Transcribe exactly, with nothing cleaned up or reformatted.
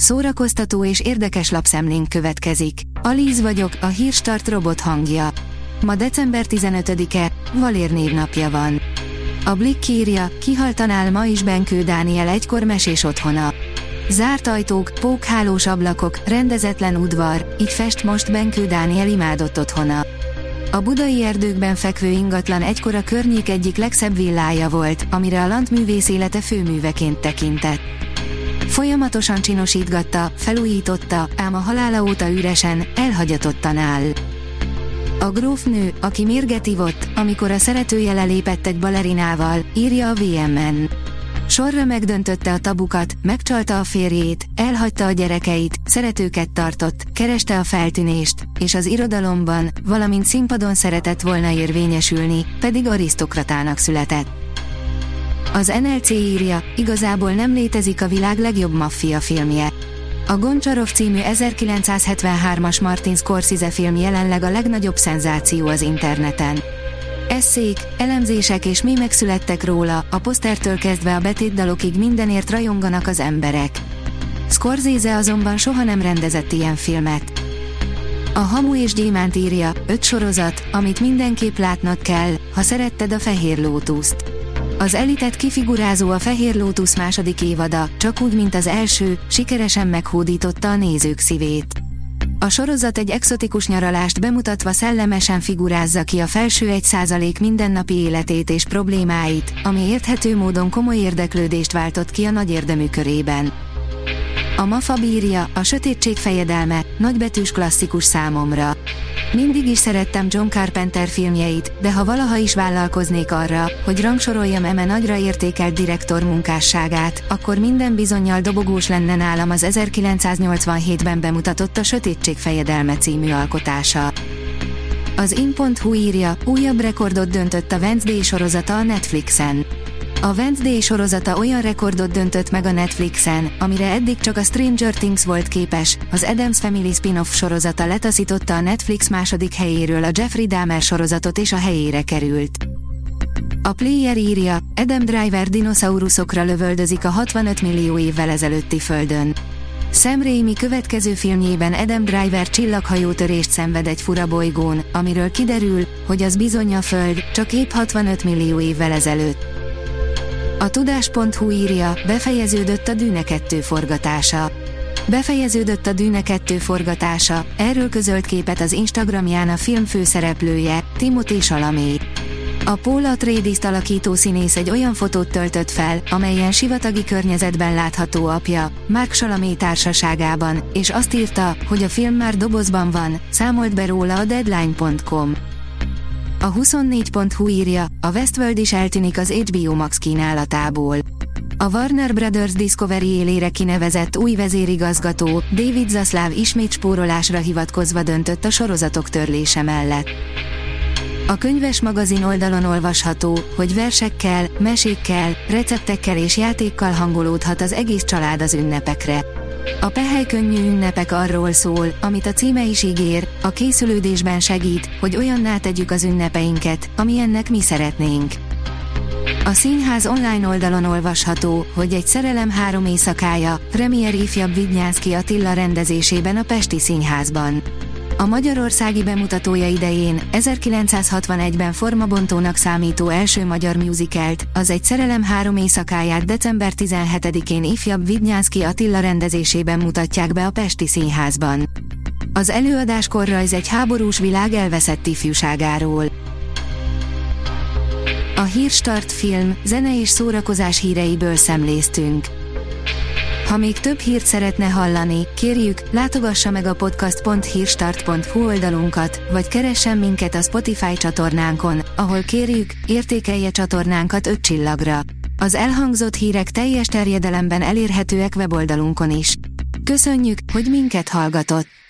szórakoztató és érdekes lapszemlénk következik. Alíz vagyok, a Hírstart robot hangja. Ma december tizenötödike, Valér névnapja van. A Blick írja, kihaltan áll ma is Benkő Dániel egykor mesés otthona. Zárt ajtók, pókhálós ablakok, rendezetlen udvar, így fest most Benkő Dániel imádott otthona. A budai erdőkben fekvő ingatlan egykor a környék egyik legszebb villája volt, amire a landművész élete főműveként tekintett. Folyamatosan csinosítgatta, felújította, ám a halála óta üresen, elhagyatottan áll. A grófnő, aki mérget ivott, amikor a szeretője lelépett egy balerinával, írja a vé em en. Sorra megdöntötte a tabukat, megcsalta a férjét, elhagyta a gyerekeit, szeretőket tartott, kereste a feltűnést, és az irodalomban, valamint színpadon szeretett volna érvényesülni, pedig arisztokratának született. Az en el cé írja, igazából nem létezik a világ legjobb maffia filmje. A Goncsarov című ezerkilencszázhetvenhármas Martin Scorsese film jelenleg a legnagyobb szenzáció az interneten. Esszék, elemzések és mémek születtek róla, a posztertől kezdve a betétdalokig mindenért rajonganak az emberek. Scorsese azonban soha nem rendezett ilyen filmet. A Hamu és Gyémánt írja, öt sorozat, amit mindenképp látnod kell, ha szeretted a Fehér Lótuszt. Az elitet kifigurázó a Fehér Lótusz második évada, csak úgy, mint az első, sikeresen meghódította a nézők szívét. A sorozat egy exotikus nyaralást bemutatva szellemesen figurázza ki a felső egy százalék mindennapi életét és problémáit, ami érthető módon komoly érdeklődést váltott ki a nagy érdemű körében. A Mafab írja, a sötétség fejedelme, nagybetűs klasszikus számomra. Mindig is szerettem John Carpenter filmjeit, de ha valaha is vállalkoznék arra, hogy rangsoroljam eme nagyra értékelt direktor munkásságát, akkor minden bizonnyal dobogós lenne nálam az ezerkilencszáznyolcvanhétben bemutatott a Sötétség fejedelme című alkotása. Az in pont hu írja, újabb rekordot döntött a Wednesday sorozata a Netflixen. A Wednesday sorozata olyan rekordot döntött meg a Netflixen, amire eddig csak a Stranger Things volt képes, az Addams Family spin-off sorozata letaszította a Netflix második helyéről a Jeffrey Dahmer sorozatot és a helyére került. A Player írja, Adam Driver dinoszauruszokra lövöldözik a hatvanöt millió évvel ezelőtti Földön. Sam Raimi következő filmjében Adam Driver csillaghajótörést szenved egy fura bolygón, amiről kiderül, hogy az bizony a Föld, csak épp hatvanöt millió évvel ezelőtt. A tudás pont hu írja, befejeződött a Dűne kettő forgatása. Befejeződött a Dűne kettő forgatása, erről közölt képet az Instagramján a film főszereplője, Timothée Chalamet. A Paul Atreides alakító színész egy olyan fotót töltött fel, amelyen sivatagi környezetben látható apja, Mark Chalamet társaságában, és azt írta, hogy a film már dobozban van, számolt be róla a deadline pont com. A huszonnégy pont hu írja, a Westworld is eltűnik az há bé o Max kínálatából. A Warner Brothers Discovery élére kinevezett új vezérigazgató, David Zaslav ismét spórolásra hivatkozva döntött a sorozatok törlése mellett. A Könyves magazin oldalon olvasható, hogy versekkel, mesékkel, receptekkel és játékkal hangolódhat az egész család az ünnepekre. A pehely-könnyű ünnepek arról szól, amit a címe is ígér, a készülődésben segít, hogy olyanná tegyük az ünnepeinket, amilyennek mi szeretnénk. A Színház online oldalon olvasható, hogy egy szerelem három éjszakája, premier ifjabb Vidnyánszky Attila rendezésében a Pesti Színházban. A magyarországi bemutatója idején, ezerkilencszázhatvanegyben formabontónak számító első magyar musicalt, az Egy szerelem három éjszakáját december tizenhetedikén ifjabb Vidnyánszky Attila rendezésében mutatják be a Pesti Színházban. Az előadás korrajz egy háborús világ elveszett ifjúságáról. A Hírstart film, zene és szórakozás híreiből szemléztünk. Ha még több hírt szeretne hallani, kérjük, látogassa meg a podcast pont hírstart pont hu oldalunkat, vagy keressen minket a Spotify csatornánkon, ahol kérjük, értékelje csatornánkat öt csillagra. Az elhangzott hírek teljes terjedelemben elérhetőek weboldalunkon is. Köszönjük, hogy minket hallgatott!